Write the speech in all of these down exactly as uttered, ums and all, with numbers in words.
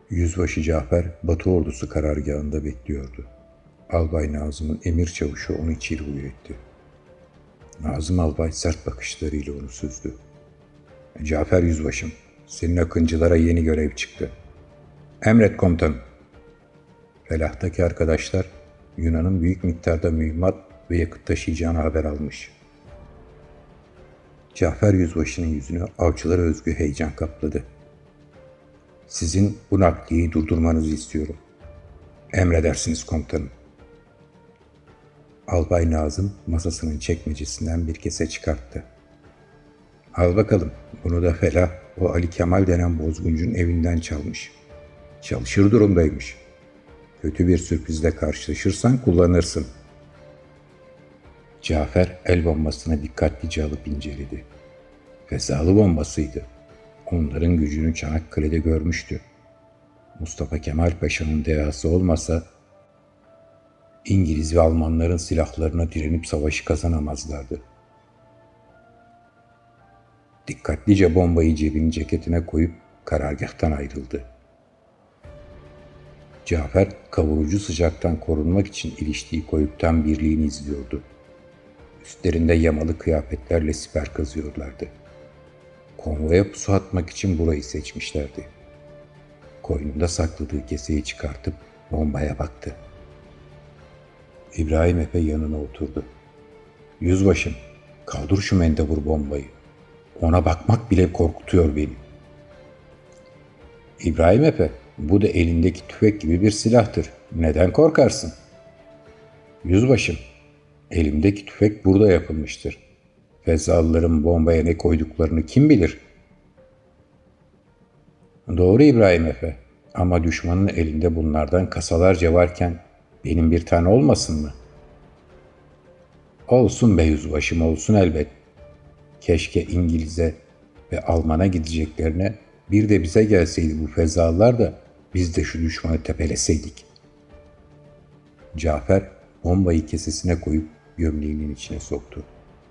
Yüzbaşı Cafer, Batı ordusu karargahında bekliyordu. Albay Nazım'ın emir çavuşu onu içeri buyur etti. Nazım albay sert bakışlarıyla onu süzdü. "Cafer yüzbaşım, senin akıncılara yeni görev çıktı." "Emret komutanım." Felahtaki arkadaşlar Yunan'ın büyük miktarda mühimmat ve yakıt taşıyacağını haber almış. Cafer yüzbaşının yüzünü avcılara özgü heyecan kapladı. "Sizin bu nakliyeyi durdurmanızı istiyorum." "Emredersiniz komutanım." Albay Nazım masasının çekmecesinden bir kese çıkarttı. "Al bakalım, bunu da Felah, o Ali Kemal denen bozguncun evinden çalmış. Çalışır durumdaymış. Kötü bir sürprizle karşılaşırsan kullanırsın." Cafer el bombasını dikkatlice alıp inceledi. Fezalı bombasıydı. Onların gücünü Çanakkale'de görmüştü. Mustafa Kemal Paşa'nın dehası olmasa İngiliz ve Almanların silahlarına direnip savaşı kazanamazlardı. Dikkatlice bombayı cebinin ceketine koyup karargâhtan ayrıldı. Cafer, kavurucu sıcaktan korunmak için iliştiği koyuktan birliğini izliyordu. Üstlerinde yamalı kıyafetlerle siper kazıyorlardı. Konvoya pusu atmak için burayı seçmişlerdi. Koynunda sakladığı keseyi çıkartıp bombaya baktı. İbrahim Efe yanına oturdu. "Yüzbaşım, kaldır şu mendebur bombayı. Ona bakmak bile korkutuyor beni." "İbrahim Efe, bu da elindeki tüfek gibi bir silahtır. Neden korkarsın?" "Yüzbaşım, elimdeki tüfek burada yapılmıştır. Fezalıların bombaya ne koyduklarını kim bilir?" "Doğru İbrahim Efe, ama düşmanın elinde bunlardan kasalarca varken benim bir tane olmasın mı?" "Olsun be yüzbaşım, olsun elbet. Keşke İngiliz'e ve Alman'a gideceklerine bir de bize gelseydi bu fezalılar da biz de şu düşmanı tepeleseydik." Cafer bombayı kesesine koyup gömleğinin içine soktu.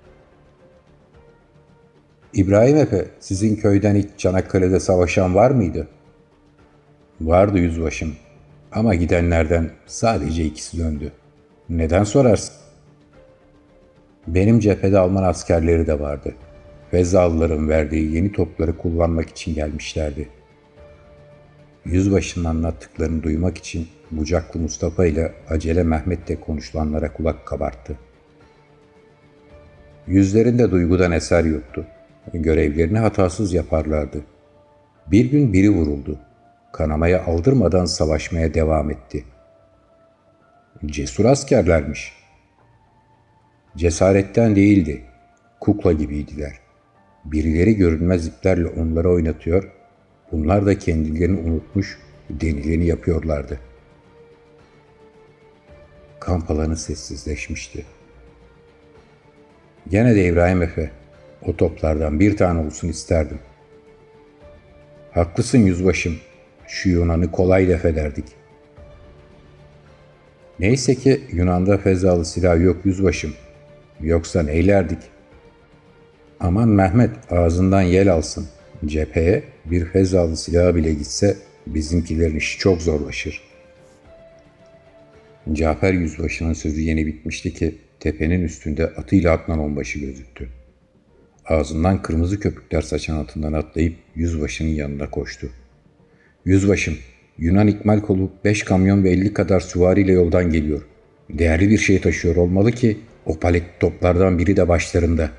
"İbrahim Efe, sizin köyden hiç Çanakkale'de savaşan var mıydı?" "Vardı yüzbaşım, ama gidenlerden sadece ikisi döndü." "Neden sorarsın?" "Benim cephede Alman askerleri de vardı. Fezalıların verdiği yeni topları kullanmak için gelmişlerdi." Yüzbaşının anlattıklarını duymak için Bucaklı Mustafa ile Acele Mehmet de konuşulanlara kulak kabarttı. Yüzlerinde duygudan eser yoktu. Görevlerini hatasız yaparlardı. Bir gün biri vuruldu. Kanamaya aldırmadan savaşmaya devam etti. Cesur askerlermiş. Cesaretten değildi. Kukla gibiydiler. Birileri görünmez iplerle onları oynatıyor, bunlar da kendilerini unutmuş, denileni yapıyorlardı. Kamp alanı sessizleşmişti. "Gene de İbrahim Efe, o toplardan bir tane olsun isterdim." "Haklısın yüzbaşım, şu Yunan'ı kolay def ederdik." "Neyse ki Yunan'da fezalı silah yok yüzbaşım, yoksa neylerdik?" "Aman Mehmet, ağzından yel alsın. Cepheye bir fezalı silah bile gitse bizimkilerin işi çok zorlaşır." Cafer yüzbaşının sözü yeni bitmişti ki tepenin üstünde atıyla Adnan onbaşı gözüktü. Ağzından kırmızı köpükler saçan atından atlayıp yüzbaşının yanına koştu. "Yüzbaşım, Yunan ikmal kolu beş kamyon ve elli kadar süvariyle yoldan geliyor. Değerli bir şey taşıyor olmalı ki o palet toplardan biri de başlarında."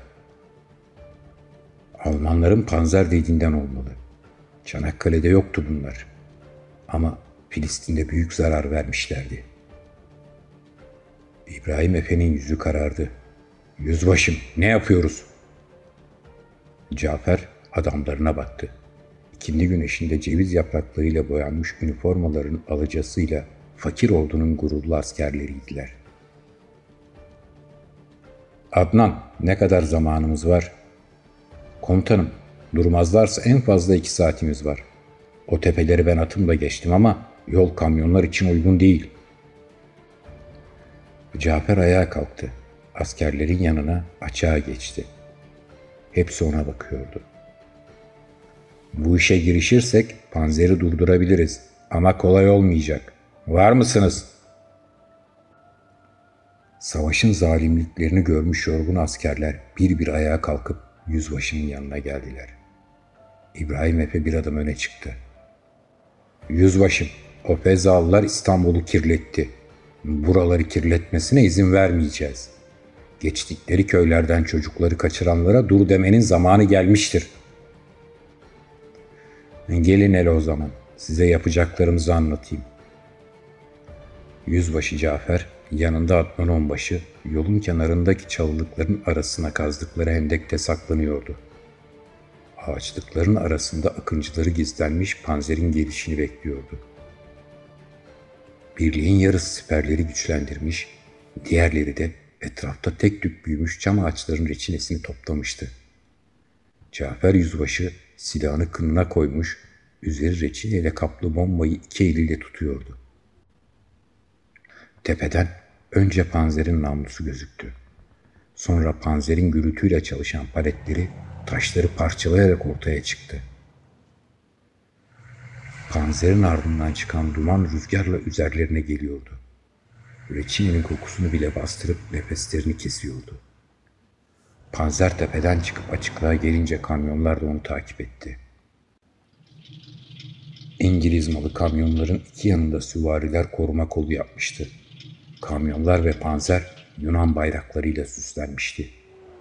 "Almanların panzer dediğinden olmalı. Çanakkale'de yoktu bunlar. Ama Filistin'de büyük zarar vermişlerdi." İbrahim Efe'nin yüzü karardı. "Yüzbaşım, ne yapıyoruz?" Cafer adamlarına baktı. İkindi güneşinde ceviz yapraklarıyla boyanmış üniformaların alacasıyla fakir ordunun gururlu askerleriydiler. "Adnan, ne kadar zamanımız var?" "Komutanım, durmazlarsa en fazla iki saatimiz var. O tepeleri ben atımla geçtim ama yol kamyonlar için uygun değil." Cafer ayağa kalktı. Askerlerin yanına açığa geçti. Hepsi ona bakıyordu. "Bu işe girişirsek panzeri durdurabiliriz. ama kolay olmayacak. Var mısınız? Savaşın zalimliklerini görmüş yorgun askerler bir bir ayağa kalkıp yüzbaşının yanına geldiler. İbrahim Efe bir adım öne çıktı. Yüzbaşım, o Fezalılar İstanbul'u kirletti. Buraları kirletmesine izin vermeyeceğiz. Geçtikleri köylerden çocukları kaçıranlara dur demenin zamanı gelmiştir. Gelin hele o zaman, size yapacaklarımızı anlatayım. Yüzbaşı Cafer, yanında Adnan Onbaşı, yolun kenarındaki çalılıkların arasına kazdıkları hendekte saklanıyordu. Ağaçlıkların arasında akıncıları gizlenmiş panzerin gelişini bekliyordu. Birliğin yarısı siperleri güçlendirmiş, diğerleri de etrafta tek tük büyümüş çam ağaçların reçinesini toplamıştı. Cafer Yüzbaşı silahını kınına koymuş, üzeri reçineyle kaplı bombayı iki eliyle tutuyordu. Tepeden önce panzerin namlusu gözüktü. Sonra panzerin gürültüyle çalışan paletleri taşları parçalayarak ortaya çıktı. Panzerin ardından çıkan duman rüzgarla üzerlerine geliyordu. Reçinenin kokusunu bile bastırıp nefeslerini kesiyordu. Panzer tepeden çıkıp açıklığa gelince kamyonlar da onu takip etti. İngiliz malı kamyonların iki yanında süvariler koruma kolu yapmıştı. Kamyonlar ve panzer Yunan bayraklarıyla süslenmişti.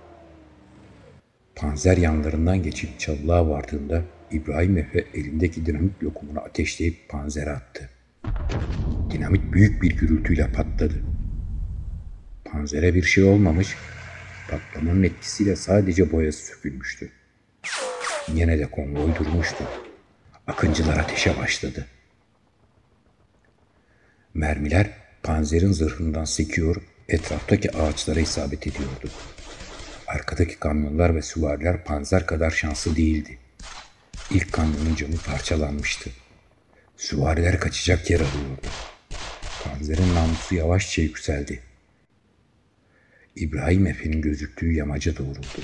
Panzer yanlarından geçip çalılığa vardığında İbrahim Efe elindeki dinamit lokumunu ateşleyip panzere attı. Dinamit büyük bir gürültüyle patladı. Panzere bir şey olmamış, patlamanın etkisiyle sadece boyası sökülmüştü. Yine de konvoy durmuştu. Akıncılar ateşe başladı. Mermiler panzerin zırhından sekiyor, etraftaki ağaçlara isabet ediyordu. Arkadaki kamyonlar ve süvariler panzer kadar şanslı değildi. İlk kamyonun camı parçalanmıştı. Süvariler kaçacak yer arıyordu. Panzerin namlusu yavaşça yükseldi. İbrahim Efe'nin gözüktüğü yamaca doğruldu.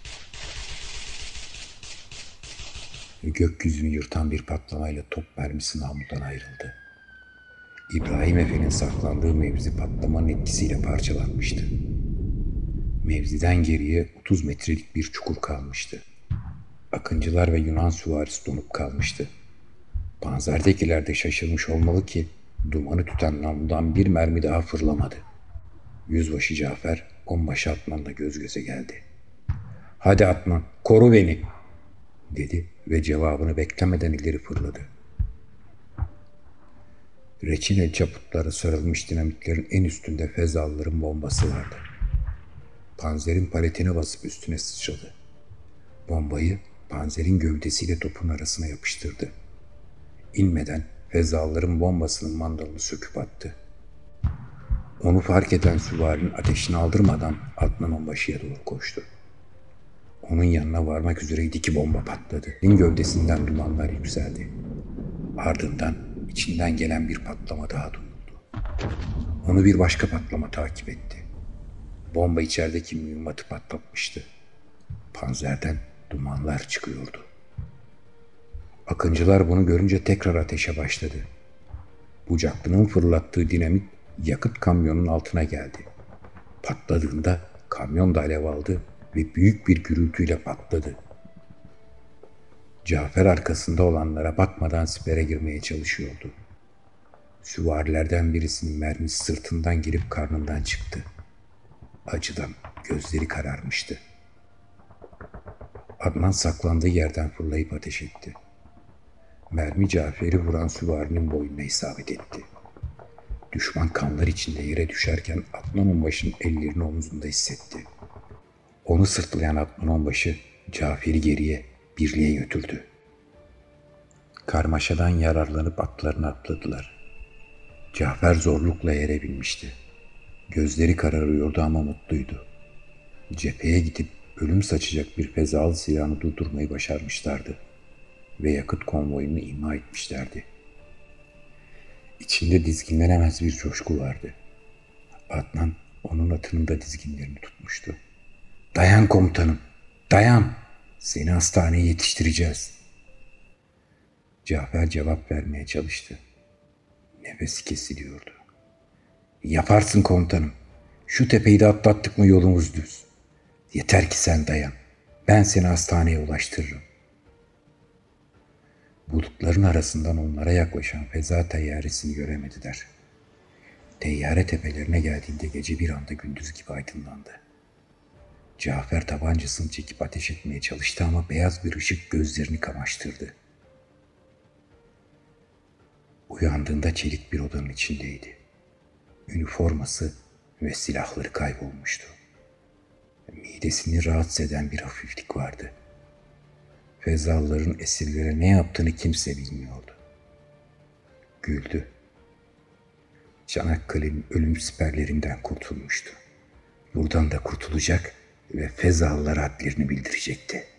Gökyüzünü yırtan bir patlamayla top mermisi namludan ayrıldı. İbrahim Efe'nin saklandığı mevzi patlamanın etkisiyle parçalanmıştı. Mevziden geriye otuz metrelik bir çukur kalmıştı. Akıncılar ve Yunan süvarisi donup kalmıştı. Panzerdekiler de şaşırmış olmalı ki dumanı tüten namludan bir mermi daha fırlamadı. Yüzbaşı Cafer onbaşı Adnan'la göz göze geldi. "Hadi Adnan, koru beni," dedi ve cevabını beklemeden ileri fırladı. Reçine çaputları sarılmış dinamitlerin en üstünde Fezalıların bombası vardı. Panzerin paletine basıp üstüne sıçradı. Bombayı panzerin gövdesiyle topun arasına yapıştırdı. İnmeden Fezalıların bombasının mandalını söküp attı. Onu fark eden süvarinin ateşini aldırmadan Adnan Onbaşı'ya doğru koştu. Onun yanına varmak üzereydi ki bomba patladı. Gövdesinden dumanlar yükseldi. Ardından içinden gelen bir patlama daha duyuldu. Onu bir başka patlama takip etti. Bomba içerideki mühimmatı patlatmıştı. Panzerden dumanlar çıkıyordu. Akıncılar bunu görünce tekrar ateşe başladı. Bucaklının fırlattığı dinamit yakıt kamyonun altına geldi. Patladığında kamyon da alev aldı ve büyük bir gürültüyle patladı. Cafer arkasında olanlara bakmadan sipere girmeye çalışıyordu. Süvarilerden birisinin mermisi sırtından girip karnından çıktı. Acıdan gözleri kararmıştı. Adnan saklandığı yerden fırlayıp ateş etti. Mermi Cafer'i vuran süvarinin boynuna isabet etti. Düşman kanlar içinde yere düşerken Adnan Onbaşı'nın ellerini omuzunda hissetti. Onu sırtlayan Adnan Onbaşı Cafer'i geriye, birliğe götürdü. Karmaşadan yararlanıp atlarına atladılar. Cafer zorlukla yere binmişti. Gözleri kararıyordu ama mutluydu. Cepheye gidip ölüm saçacak bir Fezalı silahını durdurmayı başarmışlardı ve yakıt konvoyunu imha etmişlerdi. İçinde dizginlenemez bir coşku vardı. Adnan onun atının da dizginlerini tutmuştu. "Dayan komutanım, dayan! Seni hastaneye yetiştireceğiz." Cafer cevap vermeye çalıştı Nefesi kesiliyordu. Yaparsın komutanım. Şu tepeyi de atlattık mı yolumuz düz. Yeter ki sen dayan. Ben seni hastaneye ulaştırırım. Bulutların arasından onlara yaklaşan feza teyyaresini göremediler. Teyyare tepelerine geldiğinde gece bir anda gündüz gibi aydınlandı. Cafer tabancasını çekip ateş etmeye çalıştı ama beyaz bir ışık gözlerini kamaştırdı. Uyandığında çelik bir odanın içindeydi. Üniforması ve silahları kaybolmuştu. Midesini rahatsız eden bir hafiflik vardı. Fezalıların esirlere ne yaptığını kimse bilmiyordu. Güldü. Çanakkale'nin ölüm siperlerinden kurtulmuştu. Buradan da kurtulacak ve Fezalılara hadlerini bildirecekti.